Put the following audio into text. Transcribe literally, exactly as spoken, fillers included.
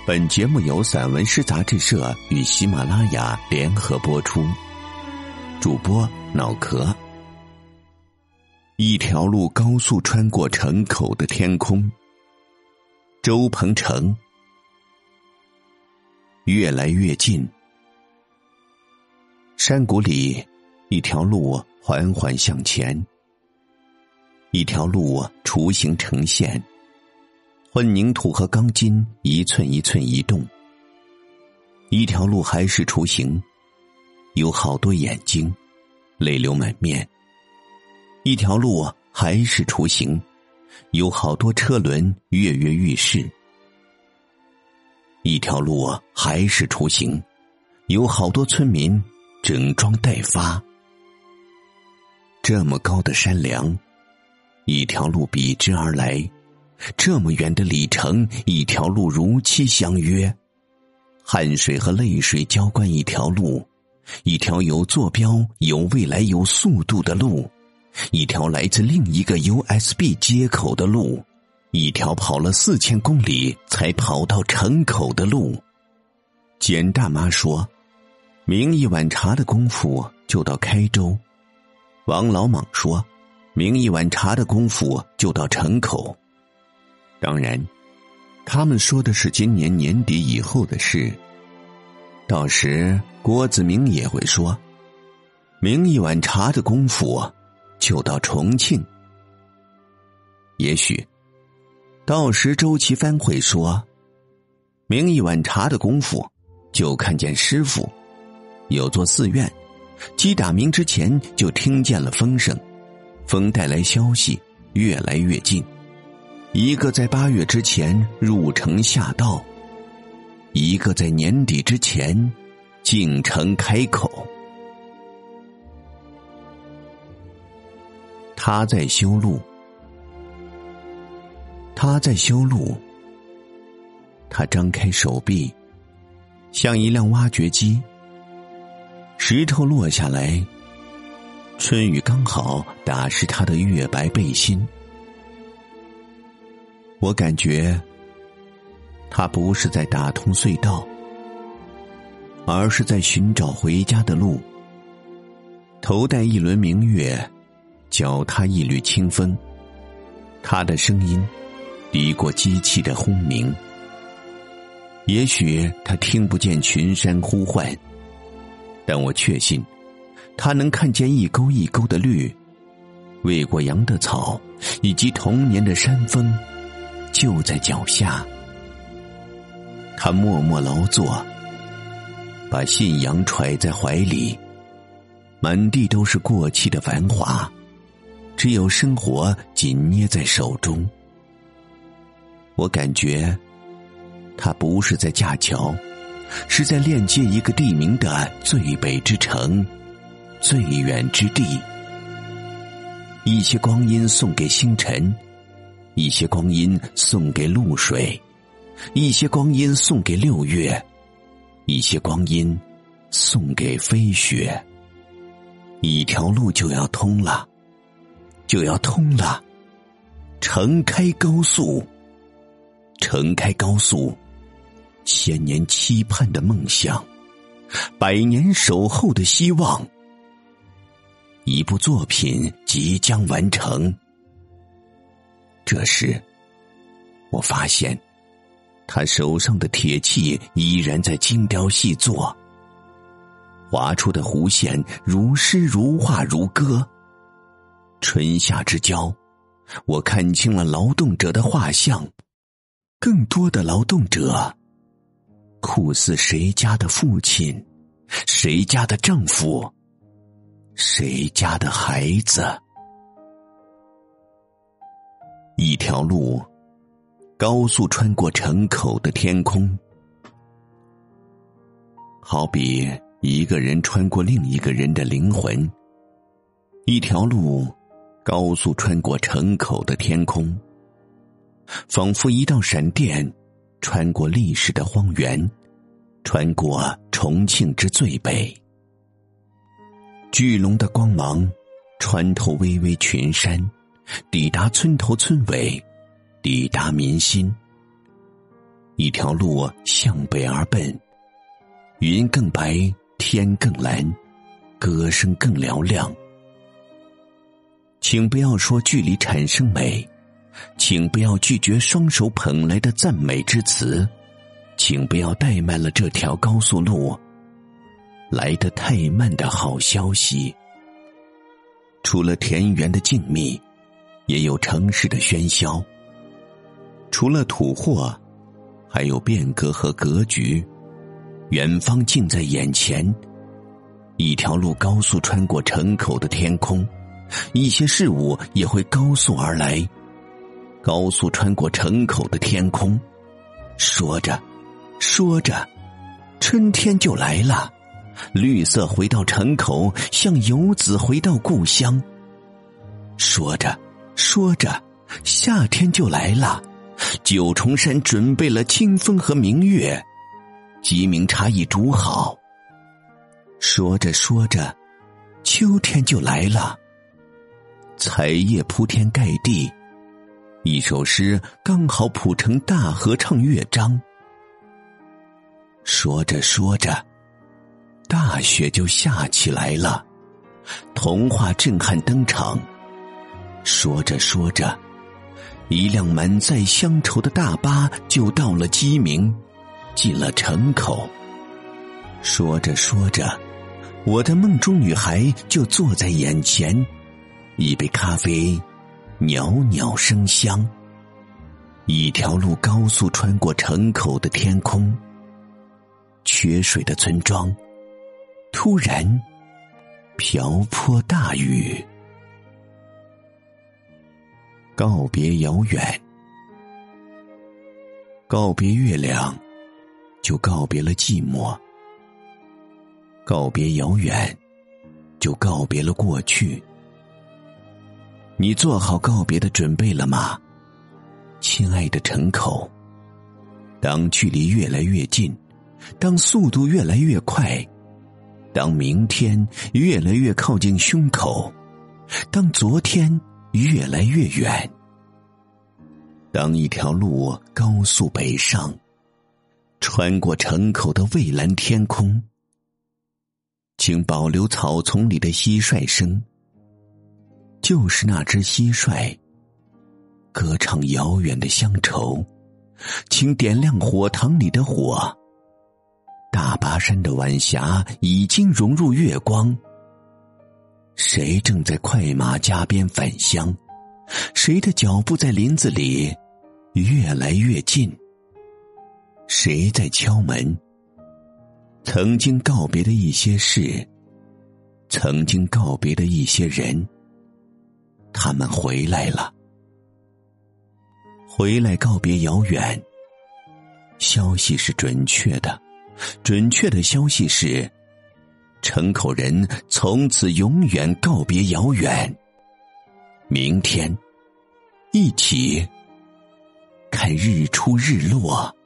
本节目由散文诗杂志社与喜马拉雅联合播出，主播脑壳。一条路高速穿过城口的天空，周鹏程。越来越近，山谷里，一条路缓缓向前，一条路雏形呈现，混凝土和钢筋一寸一寸移动。一条路还是雏形，有好多眼睛，泪流满面。一条路还是雏形，有好多车轮跃跃欲试。一条路还是雏形，有好多村民整装待发。这么高的山梁，一条路笔直而来，这么远的里程，一条路如期相约。汗水和泪水浇灌一条路，一条有坐标、有未来、有速度的路，一条来自另一个 U S B 接口的路，一条跑了四千公里才跑到城口的路。简大妈说，抿一碗茶的功夫就到开州。王老莽说，抿一碗茶的功夫就到城口。当然，他们说的是今年年底以后的事。到时郭子明也会说，抿一碗茶的功夫就到重庆。也许到时周其帆会说，抿一碗茶的功夫就看见师傅。有座寺院，鸡打鸣之前就听见了风声，风带来消息，越来越近。一个在八月之前入城下道，一个在年底之前进城开口。他在修路，他在修路。他张开手臂，像一辆挖掘机。石头落下来，春雨刚好打湿他的月白背心。我感觉他不是在打通隧道，而是在寻找回家的路。头戴一轮明月，脚踏一缕清风，他的声音抵过机器的轰鸣。也许他听不见群山呼唤，但我确信他能看见一沟一沟的绿，喂过羊的草，以及童年的山峰就在脚下。他默默劳作，把信仰揣在怀里。满地都是过期的繁华，只有生活紧捏在手中。我感觉他不是在架桥，是在链接一个地名的最北之城，最远之地。一些光阴送给星辰，一些光阴送给露水，一些光阴送给六月，一些光阴送给飞雪。一条路就要通了，就要通了。城开高速，城开高速，千年期盼的梦想，百年守候的希望。一部作品即将完成。这时我发现他手上的铁器依然在精雕细作，划出的弧线如诗如画如歌。春夏之交，我看清了劳动者的画像，更多的劳动者酷似谁家的父亲，谁家的丈夫，谁家的孩子。一条路高速穿过城口的天空，好比一个人穿过另一个人的灵魂。一条路高速穿过城口的天空，仿佛一道闪电穿过历史的荒原，穿过重庆之最北。巨龙的光芒穿透巍巍群山，抵达村头村尾，抵达民心。 一条路向北而奔，云更白，天更蓝，歌声更嘹亮。请不要说距离产生美，请不要拒绝双手捧来的赞美之词，请不要怠慢了这条高速路来得太慢的好消息。除了田园的静谧，也有城市的喧嚣；除了土货，还有变革和格局。远方近在眼前，一条路高速穿过城口的天空，一些事物也会高速而来。高速穿过城口的天空，说着说着，春天就来了，绿色回到城口，像游子回到故乡。说着说着，夏天就来了，九重山准备了清风和明月，鸡鸣茶已煮好。说着说着，秋天就来了，彩叶铺天盖地，一首诗刚好谱成大合唱乐章。说着说着，大雪就下起来了，童话震撼登场。说着说着，一辆满载乡愁的大巴就到了鸡鸣，进了城口。说着说着，我的梦中女孩就坐在眼前，一杯咖啡袅袅生香。一条路高速穿过城口的天空，缺水的村庄突然瓢泼大雨。告别遥远，告别月亮，就告别了寂寞；告别遥远，就告别了过去。你做好告别的准备了吗，亲爱的城口？当距离越来越近，当速度越来越快，当明天越来越靠近胸口，当昨天越来越远，当一条路高速北上，穿过城口的蔚蓝天空，请保留草丛里的蟋蟀声，就是那只蟋蟀歌唱遥远的乡愁。请点亮火塘里的火，大巴山的晚霞已经融入月光。谁正在快马加鞭返乡？谁的脚步在林子里越来越近？谁在敲门？曾经告别的一些事，曾经告别的一些人，他们回来了。回来告别遥远，消息是准确的，准确的消息是，城口人从此永远告别遥远。明天，一起看日出日落。